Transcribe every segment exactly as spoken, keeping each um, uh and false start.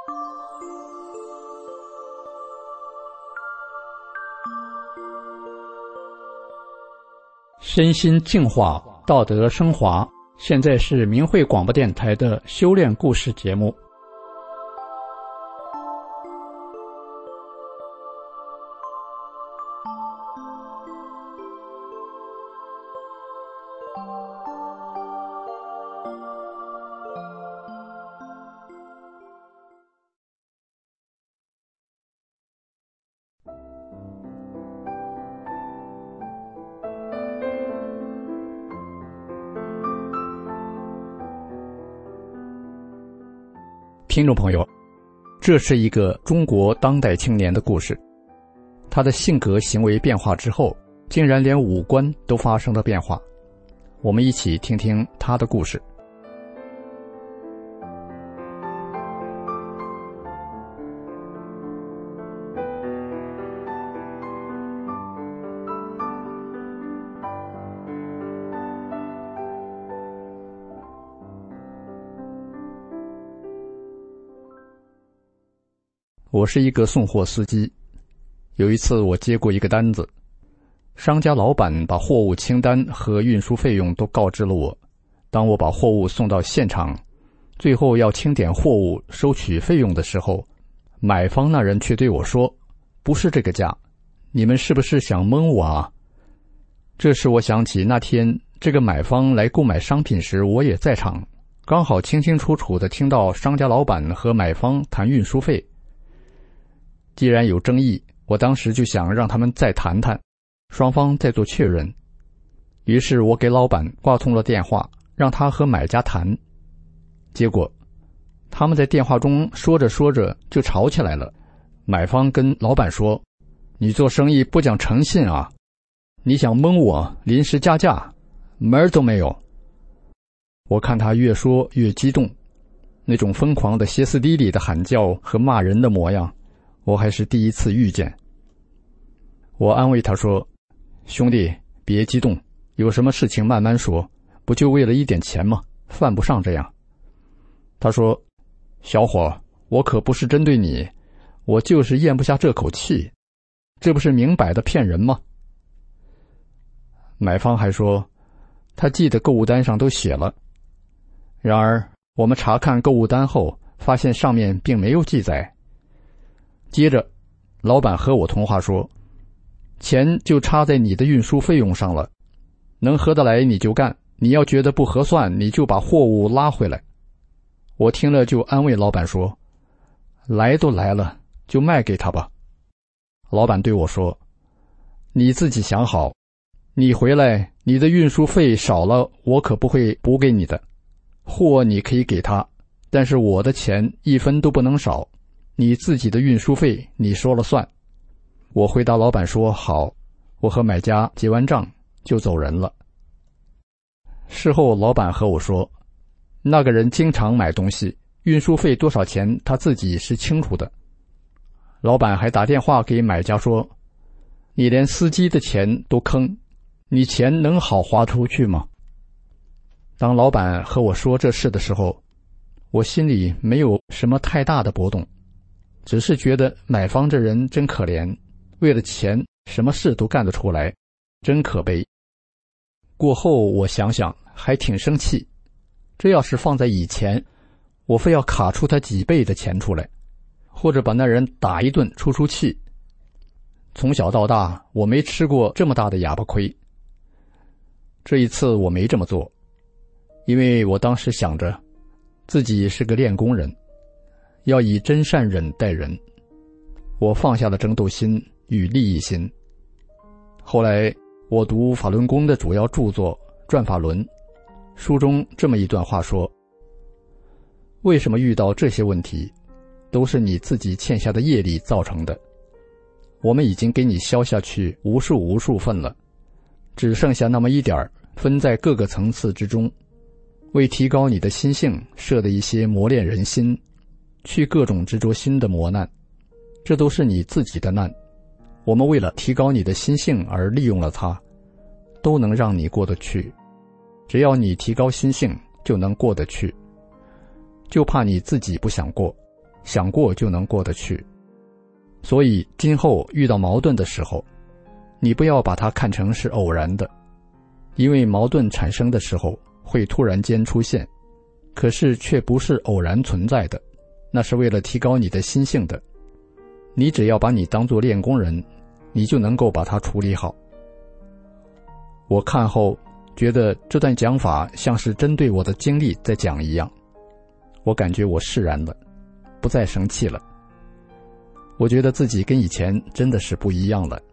身心净化，道德升华。现在是明慧广播电台的修炼故事节目。听众朋友，这是一个中国当代青年的故事。他的性格行为变化之后，竟然连五官都发生了变化。我们一起听听他的故事。我是一个送货司机。有一次我接过一个单子，商家老板把货物清单和运输费用都告知了我。当我把货物送到现场，最后要清点货物收取费用的时候，买方那人却对我说，不是这个价，你们是不是想蒙我啊？这时我想起那天这个买方来购买商品时我也在场，刚好清清楚楚地听到商家老板和买方谈运输费。既然有争议，我当时就想让他们再谈谈，双方再做确认。于是我给老板挂通了电话，让他和买家谈。结果他们在电话中说着说着就吵起来了。买方跟老板说，你做生意不讲诚信啊，你想蒙我临时加价，门儿都没有。我看他越说越激动，那种疯狂的歇斯底里的喊叫和骂人的模样，我还是第一次遇见。我安慰他说，兄弟别激动，有什么事情慢慢说，不就为了一点钱吗？犯不上这样。他说，小伙，我可不是针对你，我就是咽不下这口气，这不是明摆的骗人吗？买方还说，他记得购物单上都写了。然而我们查看购物单后，发现上面并没有记载。接着老板和我通话说，钱就差在你的运输费用上了，能合得来你就干，你要觉得不合算，你就把货物拉回来。我听了就安慰老板说，来都来了，就卖给他吧。老板对我说，你自己想好，你回来你的运输费少了，我可不会补给你的，货你可以给他，但是我的钱一分都不能少，你自己的运输费你说了算。我回答老板说好，我和买家结完账就走人了。事后老板和我说，那个人经常买东西，运输费多少钱他自己是清楚的。老板还打电话给买家说，你连司机的钱都坑，你钱能好花出去吗？当老板和我说这事的时候，我心里没有什么太大的波动，只是觉得买方这人真可怜，为了钱什么事都干得出来，真可悲。过后我想想还挺生气，这要是放在以前，我非要卡出他几倍的钱出来，或者把那人打一顿出出气。从小到大我没吃过这么大的哑巴亏。这一次我没这么做，因为我当时想着自己是个练功人，要以真善忍待人。我放下了争斗心与利益心。后来我读法轮功的主要著作《转法轮》，书中这么一段话说，为什么遇到这些问题，都是你自己欠下的业力造成的。我们已经给你消下去无数无数份了，只剩下那么一点儿分在各个层次之中，为提高你的心性设的一些磨练人心，去各种执着心的磨难，这都是你自己的难。我们为了提高你的心性而利用了它，都能让你过得去。只要你提高心性就能过得去，就怕你自己不想过， 想过就能过得去。所以今后遇到矛盾的时候，你不要把它看成是偶然的，因为矛盾产生的时候会突然间出现，可是却不是偶然存在的，那是为了提高你的心性的。你只要把你当作练功人，你就能够把它处理好。我看后觉得这段讲法像是针对我的经历在讲一样，我感觉我释然了，不再生气了。我觉得自己跟以前真的是不一样了。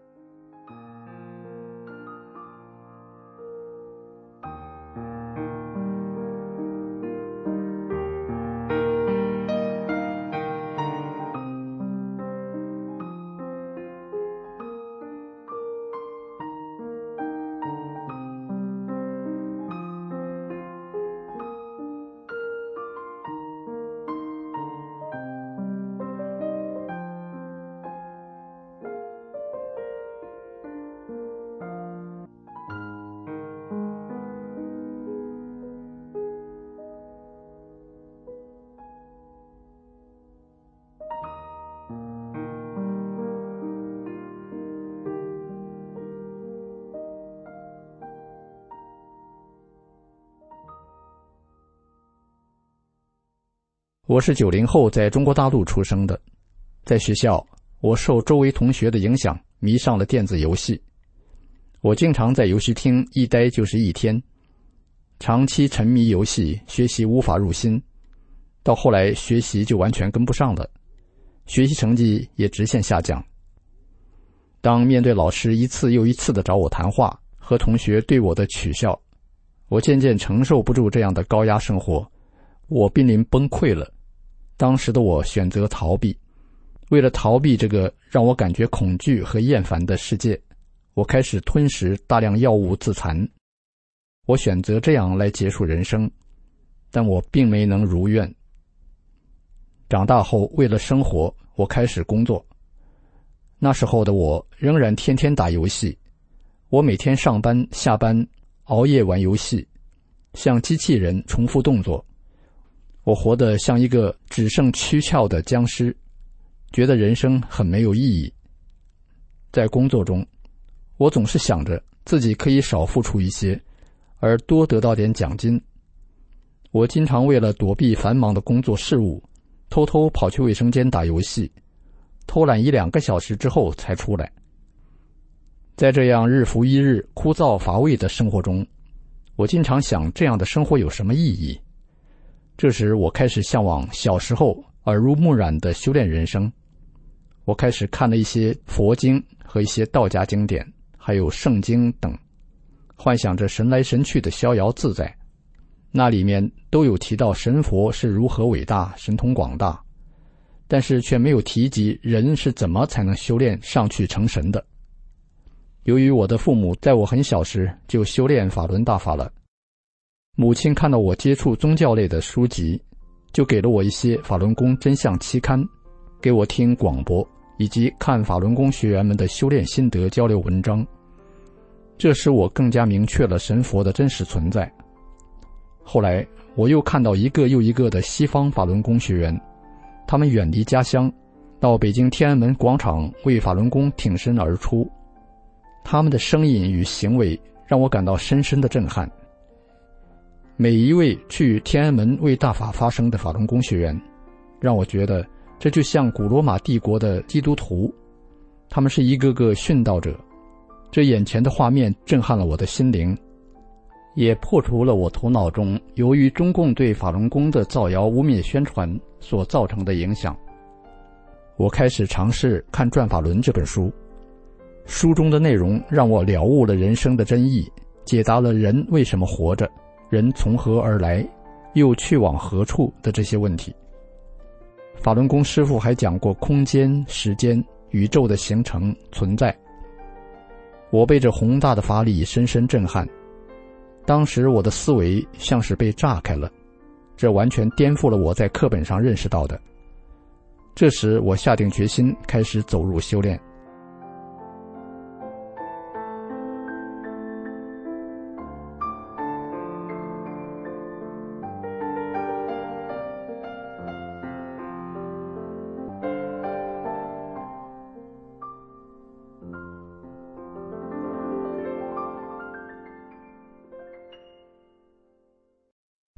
我是九零后在中国大陆出生的，在学校，我受周围同学的影响，迷上了电子游戏。我经常在游戏厅一待就是一天，长期沉迷游戏，学习无法入心，到后来学习就完全跟不上了，学习成绩也直线下降。当面对老师一次又一次的找我谈话，和同学对我的取笑，我渐渐承受不住这样的高压生活，我濒临崩溃了。当时的我选择逃避，为了逃避这个让我感觉恐惧和厌烦的世界，我开始吞食大量药物自残。我选择这样来结束人生，但我并没能如愿。长大后，为了生活，我开始工作。那时候的我仍然天天打游戏，我每天上班下班熬夜玩游戏，像机器人重复动作。我活得像一个只剩躯壳的僵尸，觉得人生很没有意义。在工作中，我总是想着自己可以少付出一些，而多得到点奖金。我经常为了躲避繁忙的工作事务，偷偷跑去卫生间打游戏，偷懒一两个小时之后才出来。在这样日复一日枯燥乏味的生活中，我经常想，这样的生活有什么意义？这时我开始向往小时候耳濡目染的修炼人生。我开始看了一些佛经和一些道家经典，还有圣经等，幻想着神来神去的逍遥自在。那里面都有提到神佛是如何伟大，神通广大，但是却没有提及人是怎么才能修炼上去成神的。由于我的父母在我很小时就修炼法轮大法了，母亲看到我接触宗教类的书籍，就给了我一些法轮功真相期刊，给我听广播，以及看法轮功学员们的修炼心得交流文章。这使我更加明确了神佛的真实存在。后来我又看到一个又一个的西方法轮功学员，他们远离家乡，到北京天安门广场为法轮功挺身而出。他们的声音与行为让我感到深深的震撼。每一位去天安门为大法发声的法轮功学员，让我觉得这就像古罗马帝国的基督徒，他们是一个个殉道者。这眼前的画面震撼了我的心灵，也破除了我头脑中由于中共对法轮功的造谣污蔑宣传所造成的影响。我开始尝试看《转法轮》这本书，书中的内容让我了悟了人生的真意，解答了人为什么活着，人从何而来，又去往何处的这些问题。法轮功师父还讲过空间、时间、宇宙的形成、存在。我被这宏大的法理深深震撼，当时我的思维像是被炸开了，这完全颠覆了我在课本上认识到的。这时我下定决心开始走入修炼。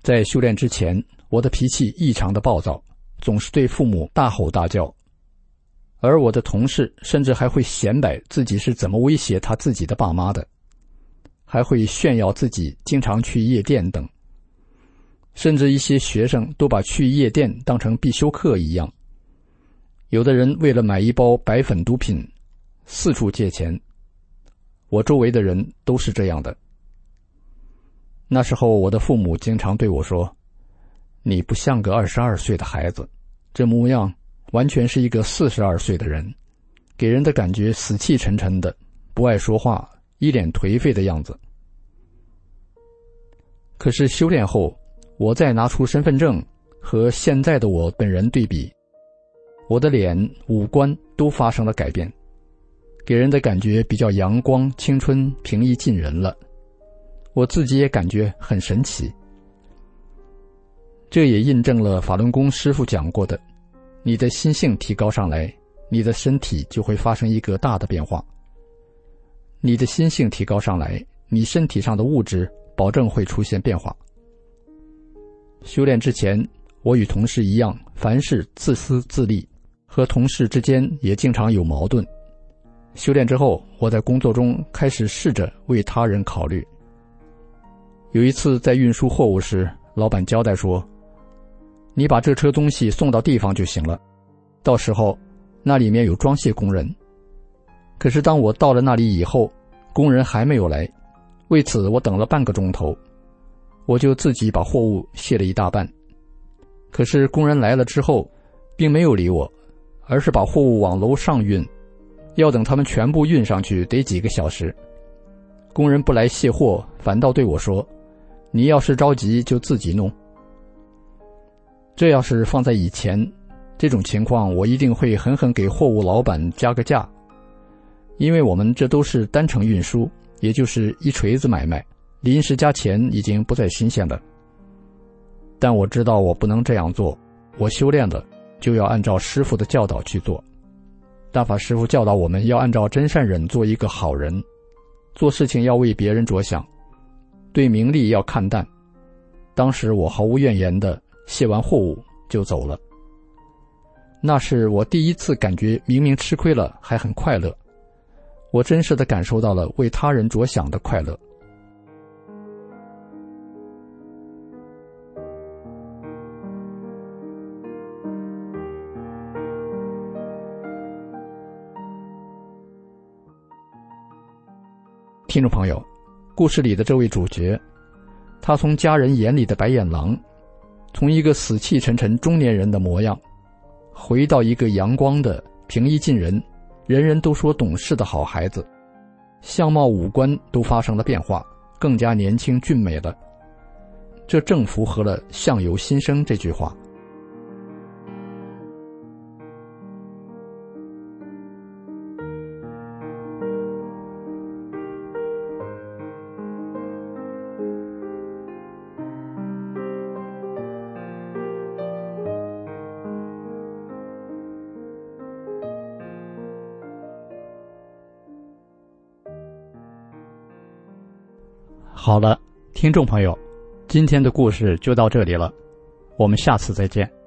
在修炼之前，我的脾气异常的暴躁，总是对父母大吼大叫，而我的同事甚至还会显摆自己是怎么威胁他自己的爸妈的，还会炫耀自己经常去夜店等，甚至一些学生都把去夜店当成必修课一样。有的人为了买一包白粉毒品四处借钱，我周围的人都是这样的。那时候我的父母经常对我说，你不像个二十二岁的孩子，这模样完全是一个四十二岁的人，给人的感觉死气沉沉的，不爱说话，一脸颓废的样子。可是修炼后，我再拿出身份证和现在的我本人对比，我的脸、五官都发生了改变，给人的感觉比较阳光、青春、平易近人了。我自己也感觉很神奇。这也印证了法轮功师父讲过的，你的心性提高上来，你的身体就会发生一个大的变化。你的心性提高上来，你身体上的物质保证会出现变化。修炼之前，我与同事一样，凡事自私自利，和同事之间也经常有矛盾。修炼之后，我在工作中开始试着为他人考虑。有一次在运输货物时，老板交代说，你把这车东西送到地方就行了，到时候那里面有装卸工人。可是当我到了那里以后，工人还没有来，为此我等了半个钟头，我就自己把货物卸了一大半。可是工人来了之后并没有理我，而是把货物往楼上运，要等他们全部运上去得几个小时。工人不来卸货，反倒对我说，你要是着急就自己弄。这要是放在以前，这种情况我一定会狠狠给货物老板加个价，因为我们这都是单程运输，也就是一锤子买卖，临时加钱已经不再新鲜了。但我知道我不能这样做，我修炼了就要按照师父的教导去做。大法师父教导我们要按照真善忍做一个好人，做事情要为别人着想，对名利要看淡。当时我毫无怨言的卸完货物就走了。那是我第一次感觉明明吃亏了还很快乐，我真实的感受到了为他人着想的快乐。听众朋友，故事里的这位主角，他从家人眼里的白眼狼，从一个死气沉沉中年人的模样，回到一个阳光的平易近人，人人都说懂事的好孩子，相貌五官都发生了变化，更加年轻俊美了。这正符合了相由心生这句话。好了，听众朋友，今天的故事就到这里了，我们下次再见。